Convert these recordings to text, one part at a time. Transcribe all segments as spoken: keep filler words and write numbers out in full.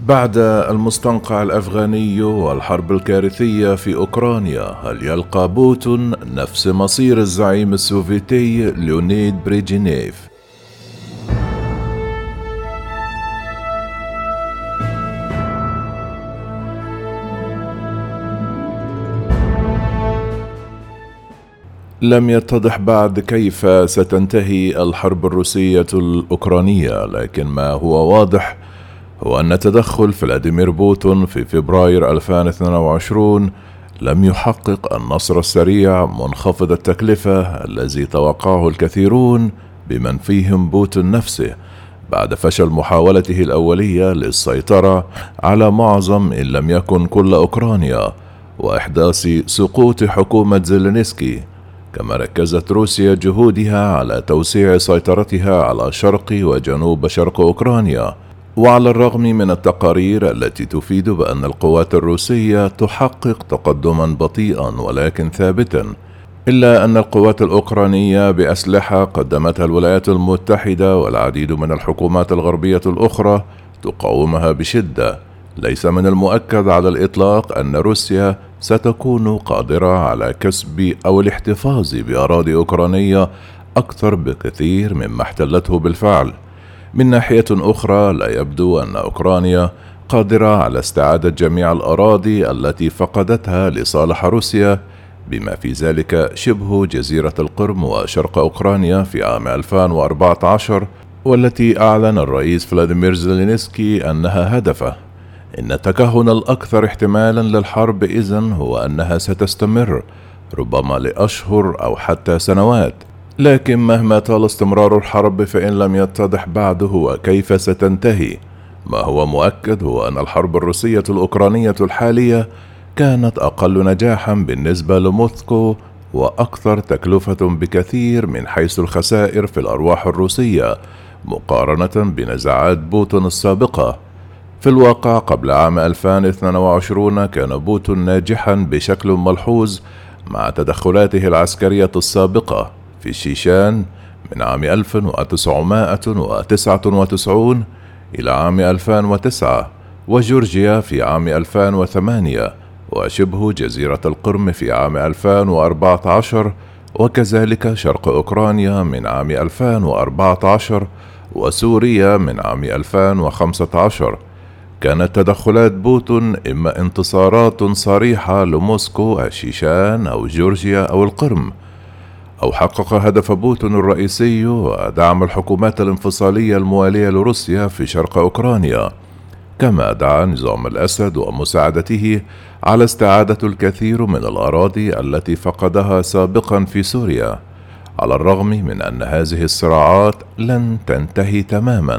بعد المستنقع الأفغاني والحرب الكارثية في أوكرانيا، هل يلقى بوتين نفس مصير الزعيم السوفيتي ليونيد بريجينيف؟ لم يتضح بعد كيف ستنتهي الحرب الروسية الأوكرانية، لكن ما هو واضح هو أن تدخل فلاديمير بوتين في فبراير ألفين واثنين وعشرين لم يحقق النصر السريع منخفض التكلفة الذي توقعه الكثيرون بمن فيهم بوتين نفسه، بعد فشل محاولته الأولية للسيطرة على معظم إن لم يكن كل أوكرانيا وإحداث سقوط حكومة زيلينسكي. كما ركزت روسيا جهودها على توسيع سيطرتها على شرق وجنوب شرق أوكرانيا، وعلى الرغم من التقارير التي تفيد بأن القوات الروسية تحقق تقدما بطيئا ولكن ثابتا، إلا أن القوات الأوكرانية بأسلحة قدمتها الولايات المتحدة والعديد من الحكومات الغربية الأخرى تقاومها بشدة. ليس من المؤكد على الإطلاق أن روسيا ستكون قادرة على كسب أو الاحتفاظ بأراضي أوكرانية أكثر بكثير مما احتلته بالفعل. من ناحية أخرى، لا يبدو أن أوكرانيا قادرة على استعادة جميع الأراضي التي فقدتها لصالح روسيا، بما في ذلك شبه جزيرة القرم وشرق أوكرانيا في عام ألفين وأربعة عشر، والتي أعلن الرئيس فلاديمير زيلينسكي أنها هدفه. إن التكهن الأكثر احتمالا للحرب إذن هو أنها ستستمر، ربما لأشهر أو حتى سنوات. لكن مهما طال استمرار الحرب، فإن لم يتضح بعد هو كيف ستنتهي. ما هو مؤكد هو أن الحرب الروسية الأوكرانية الحالية كانت أقل نجاحا بالنسبة لموسكو وأكثر تكلفة بكثير من حيث الخسائر في الأرواح الروسية مقارنة بنزاعات بوتين السابقة. في الواقع قبل عام ألفين واثنين وعشرين كان بوتين ناجحا بشكل ملحوظ مع تدخلاته العسكرية السابقة في الشيشان من عام ألف وتسعمائة وتسعة وتسعين إلى عام ألفين وتسعة، وجورجيا في عام ألفين وثمانية، وشبه جزيرة القرم في عام ألفين وأربعة عشر، وكذلك شرق أوكرانيا من عام ألفين وأربعة عشر، وسوريا من عام ألفين وخمسة عشر. كانت تدخلات بوتين إما انتصارات صريحة لموسكو الشيشان أو جورجيا أو القرم، أو حقق هدف بوتين الرئيسي ودعم الحكومات الانفصالية الموالية لروسيا في شرق أوكرانيا، كما دعا نظام الأسد ومساعدته على استعادة الكثير من الأراضي التي فقدها سابقا في سوريا، على الرغم من أن هذه الصراعات لن تنتهي تماما.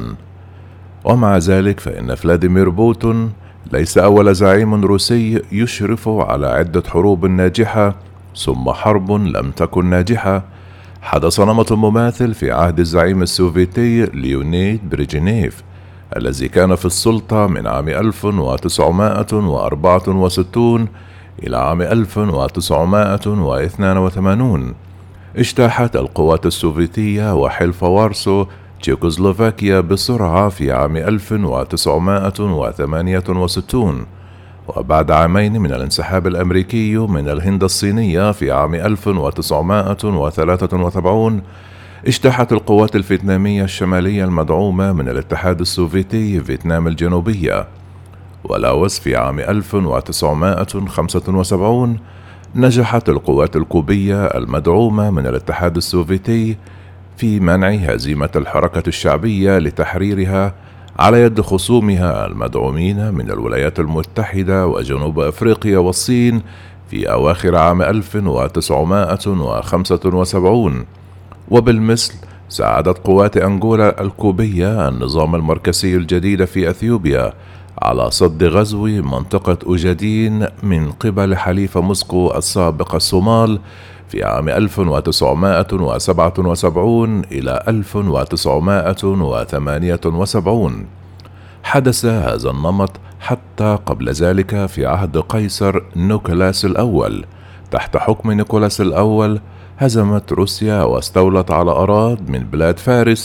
ومع ذلك فإن فلاديمير بوتين ليس أول زعيم روسي يشرف على عدة حروب ناجحة ثم حرب لم تكن ناجحة. حدث نمط مماثل في عهد الزعيم السوفيتي ليونيد بريجينيف الذي كان في السلطة من عام ألف وتسعمائة وأربعة وستين إلى عام ألف وتسعمائة واثنين وثمانين. اجتاحت القوات السوفيتية وحلف وارسو تشيكوسلوفاكيا بسرعة في عام ألف وتسعمائة وثمانية وستين، وبعد عامين من الانسحاب الأمريكي من الهند الصينية في عام ألف وتسعمائة وثلاثة وسبعين، اجتاحت القوات الفيتنامية الشمالية المدعومة من الاتحاد السوفيتي فيتنام الجنوبية. ولاوس في عام ألف وتسعمائة وخمسة وسبعين نجحت القوات الكوبية المدعومة من الاتحاد السوفيتي في منع هزيمة الحركة الشعبية لتحريرها على يد خصومها المدعومين من الولايات المتحدة وجنوب أفريقيا والصين في أواخر عام ألف وتسعمائة وخمسة وسبعين. وبالمثل ساعدت قوات أنغولا الكوبية النظام المركزي الجديد في أثيوبيا على صد غزو منطقة أوجادين من قبل حليف موسكو السابق الصومال في عام ألف وتسعمائة وسبعة وسبعين إلى ألف وتسعمائة وثمانية وسبعين. حدث هذا النمط حتى قبل ذلك في عهد قيصر نيكولاس الأول. تحت حكم نيكولاس الأول هزمت روسيا واستولت على أراضٍ من بلاد فارس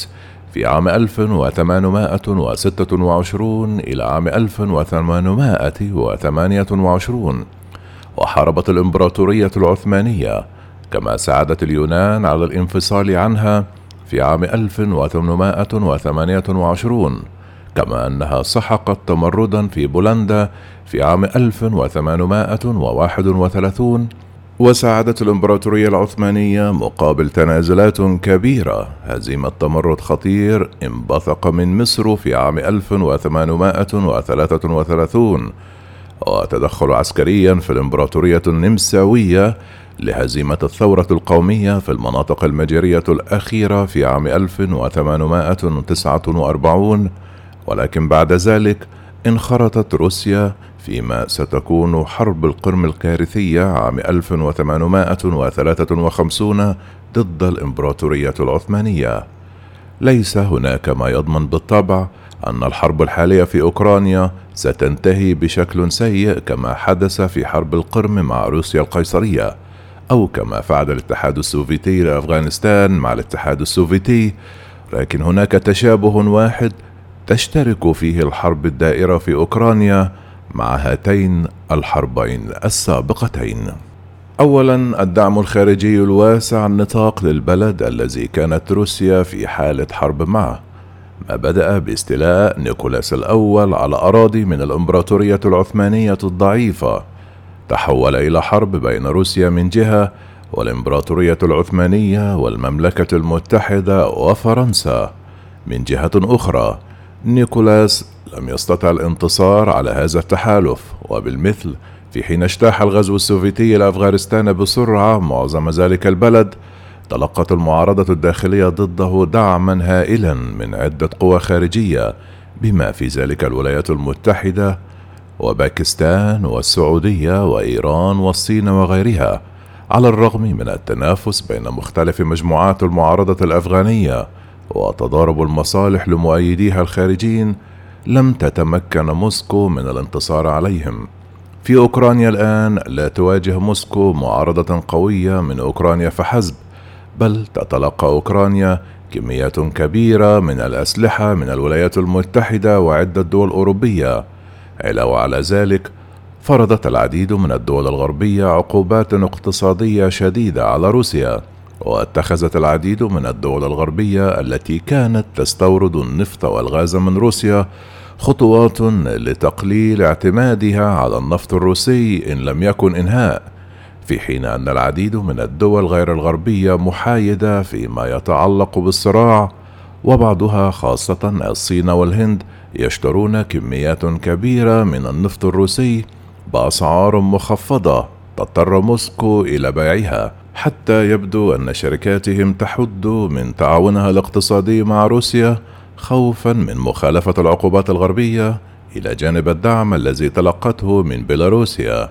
في عام ألف وثمانمائة وستة وعشرين إلى عام ألف وثمانمائة وثمانية وعشرين، وحاربت الإمبراطورية العثمانية، كما ساعدت اليونان على الانفصال عنها في عام ألف وثمانمائة وثمانية وعشرين، كما أنها سحقت تمردا في بولندا في عام ألف وثمانمائة وواحد وثلاثين، وساعدت الإمبراطورية العثمانية مقابل تنازلات كبيرة هزيمة تمرد خطير انبثق من مصر في عام ألف وثمانمائة وثلاثة وثلاثين، وتدخل عسكريا في الإمبراطورية النمساوية لهزيمة الثورة القومية في المناطق المجرية الأخيرة في عام ألف وثمانمائة وتسعة وأربعين، ولكن بعد ذلك انخرطت روسيا فيما ستكون حرب القرم الكارثية عام ألف وثمانمائة وثلاثة وخمسين ضد الإمبراطورية العثمانية. ليس هناك ما يضمن بالطبع أن الحرب الحالية في أوكرانيا ستنتهي بشكل سيء كما حدث في حرب القرم مع روسيا القيصرية، أو كما فعل الاتحاد السوفيتي لأفغانستان مع الاتحاد السوفيتي، لكن هناك تشابه واحد تشترك فيه الحرب الدائرة في أوكرانيا مع هاتين الحربين السابقتين. أولا، الدعم الخارجي الواسع النطاق للبلد الذي كانت روسيا في حالة حرب معه، ما بدأ باستيلاء نيكولاس الأول على أراضي من الإمبراطورية العثمانية الضعيفة، تحول إلى حرب بين روسيا من جهة والإمبراطورية العثمانية والمملكة المتحدة وفرنسا من جهة أخرى. نيكولاس لم يستطع الانتصار على هذا التحالف، وبالمثل في حين اجتاح الغزو السوفيتي لأفغانستان بسرعة معظم ذلك البلد، تلقت المعارضة الداخلية ضده دعما هائلا من عدة قوى خارجية، بما في ذلك الولايات المتحدة وباكستان والسعودية وإيران والصين وغيرها، على الرغم من التنافس بين مختلف مجموعات المعارضة الأفغانية وتضارب المصالح لمؤيديها الخارجين. لم تتمكن موسكو من الانتصار عليهم. في أوكرانيا الآن لا تواجه موسكو معارضة قوية من أوكرانيا فحسب، بل تتلقى أوكرانيا كميات كبيرة من الأسلحة من الولايات المتحدة وعدة دول أوروبية. علاوة على ذلك، فرضت العديد من الدول الغربية عقوبات اقتصادية شديدة على روسيا، واتخذت العديد من الدول الغربية التي كانت تستورد النفط والغاز من روسيا خطوات لتقليل اعتمادها على النفط الروسي إن لم يكن إنهاء، في حين أن العديد من الدول غير الغربية محايدة فيما يتعلق بالصراع، وبعضها خاصة الصين والهند يشترون كميات كبيرة من النفط الروسي بأسعار مخفضة تضطر موسكو إلى بيعها، حتى يبدو أن شركاتهم تحد من تعاونها الاقتصادي مع روسيا خوفا من مخالفة العقوبات الغربية، إلى جانب الدعم الذي تلقته من بيلاروسيا.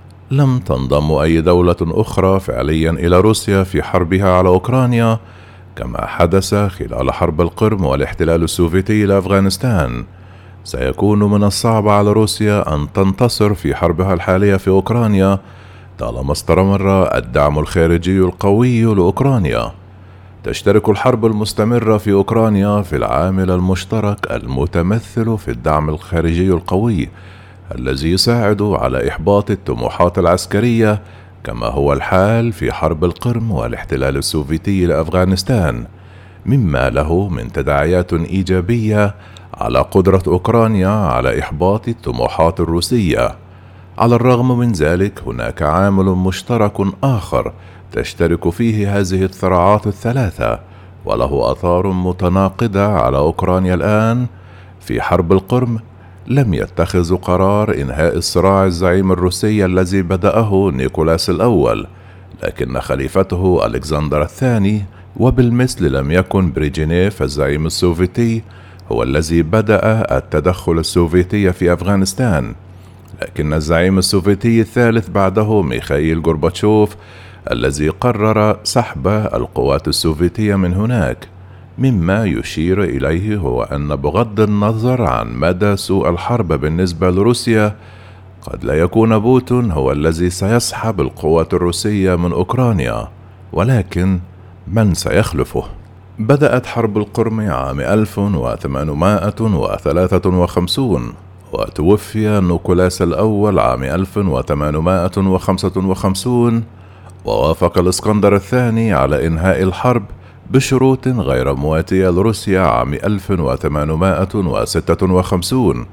لم تنضم أي دولة أخرى فعليا إلى روسيا في حربها على أوكرانيا، كما حدث خلال حرب القرم والاحتلال السوفيتي لأفغانستان. سيكون من الصعب على روسيا أن تنتصر في حربها الحالية في أوكرانيا طالما استمر الدعم الخارجي القوي لأوكرانيا. تشترك الحرب المستمرة في أوكرانيا في العامل المشترك المتمثل في الدعم الخارجي القوي الذي يساعد على إحباط الطموحات العسكرية، كما هو الحال في حرب القرم والاحتلال السوفيتي لأفغانستان، مما له من تداعيات إيجابية على قدرة أوكرانيا على إحباط الطموحات الروسية. على الرغم من ذلك، هناك عامل مشترك آخر تشترك فيه هذه الصراعات الثلاثة وله آثار متناقضة على أوكرانيا الآن. في حرب القرم لم يتخذ قرار إنهاء الصراع الزعيم الروسي الذي بدأه نيكولاس الأول، لكن خليفته ألكسندر الثاني، وبالمثل لم يكن بريجنيف الزعيم السوفيتي هو الذي بدأ التدخل السوفيتي في أفغانستان، لكن الزعيم السوفيتي الثالث بعده ميخائيل غورباتشوف الذي قرر سحب القوات السوفيتية من هناك. مما يشير إليه هو أن بغض النظر عن مدى سوء الحرب بالنسبة لروسيا، قد لا يكون بوتين هو الذي سيسحب القوات الروسية من أوكرانيا، ولكن من سيخلفه؟ بدأت حرب القرم عام ألف وثمانمائة وثلاثة وخمسين، وتوفي نيكولاس الأول عام ألف وثمانمائة وخمسة وخمسين، ووافق الإسكندر الثاني على إنهاء الحرب بشروط غير مواتية لروسيا عام ألف وثمانمائة وستة وخمسين.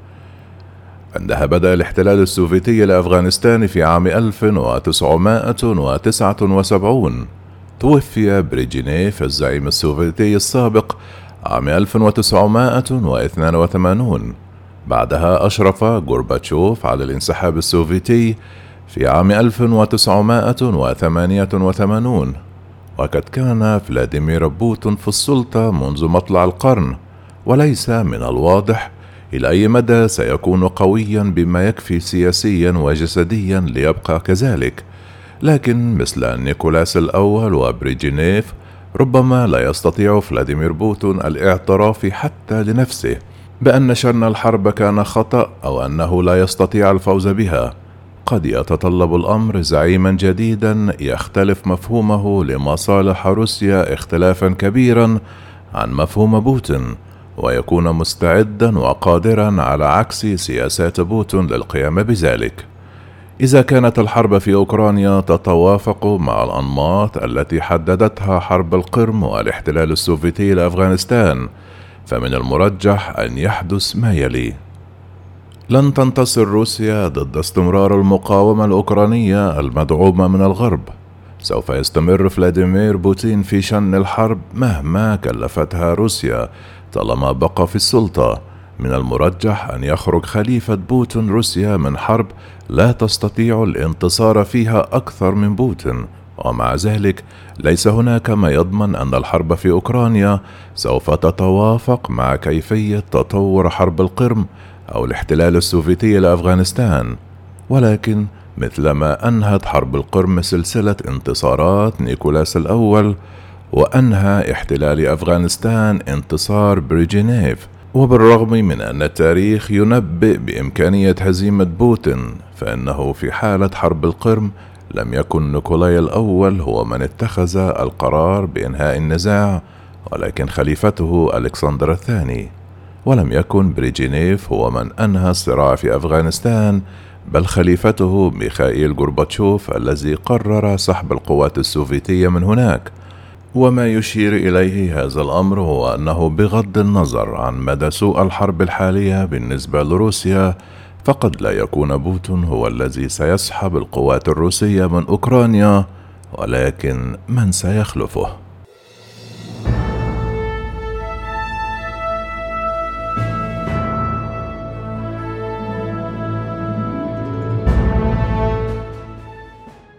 عندها بدأ الاحتلال السوفيتي لأفغانستان في عام ألف وتسعمائة وتسعة وسبعين. توفي بريجينيف الزعيم السوفيتي السابق عام ألف وتسعمائة واثنين وثمانين. بعدها أشرف غورباتشوف على الانسحاب السوفيتي في عام ألف وتسعمائة وثمانية وثمانين، وقد كان فلاديمير بوتين في السلطة منذ مطلع القرن، وليس من الواضح إلى أي مدى سيكون قويا بما يكفي سياسيا وجسديا ليبقى كذلك. لكن مثل نيكولاس الأول وبريجينيف ربما لا يستطيع فلاديمير بوتين الاعتراف حتى لنفسه بأن شن الحرب كان خطأ أو أنه لا يستطيع الفوز بها. قد يتطلب الأمر زعيما جديدا يختلف مفهومه لمصالح روسيا اختلافا كبيرا عن مفهوم بوتين، ويكون مستعدا وقادرا على عكس سياسات بوتين للقيام بذلك. إذا كانت الحرب في أوكرانيا تتوافق مع الأنماط التي حددتها حرب القرم والاحتلال السوفيتي لأفغانستان، فمن المرجح أن يحدث ما يلي: لن تنتصر روسيا ضد استمرار المقاومة الأوكرانية المدعومة من الغرب. سوف يستمر فلاديمير بوتين في شن الحرب مهما كلفتها روسيا طالما بقى في السلطة. من المرجح أن يخرج خليفة بوتين روسيا من حرب لا تستطيع الانتصار فيها أكثر من بوتين، ومع ذلك ليس هناك ما يضمن أن الحرب في أوكرانيا سوف تتوافق مع كيفية تطور حرب القرم أو الاحتلال السوفيتي لأفغانستان. ولكن مثلما أنهت حرب القرم سلسلة انتصارات نيكولاس الأول، وأنهى احتلال أفغانستان انتصار بريجينيف، وبالرغم من أن التاريخ ينبئ بإمكانية هزيمة بوتين، فإنه في حالة حرب القرم لم يكن نيكولاي الأول هو من اتخذ القرار بإنهاء النزاع، ولكن خليفته ألكسندر الثاني. ولم يكن بريجينيف هو من أنهى الصراع في أفغانستان، بل خليفته ميخائيل غورباتشوف الذي قرر سحب القوات السوفيتية من هناك. وما يشير إليه هذا الأمر هو أنه بغض النظر عن مدى سوء الحرب الحالية بالنسبة لروسيا، فقد لا يكون بوتين هو الذي سيسحب القوات الروسية من أوكرانيا، ولكن من سيخلفه.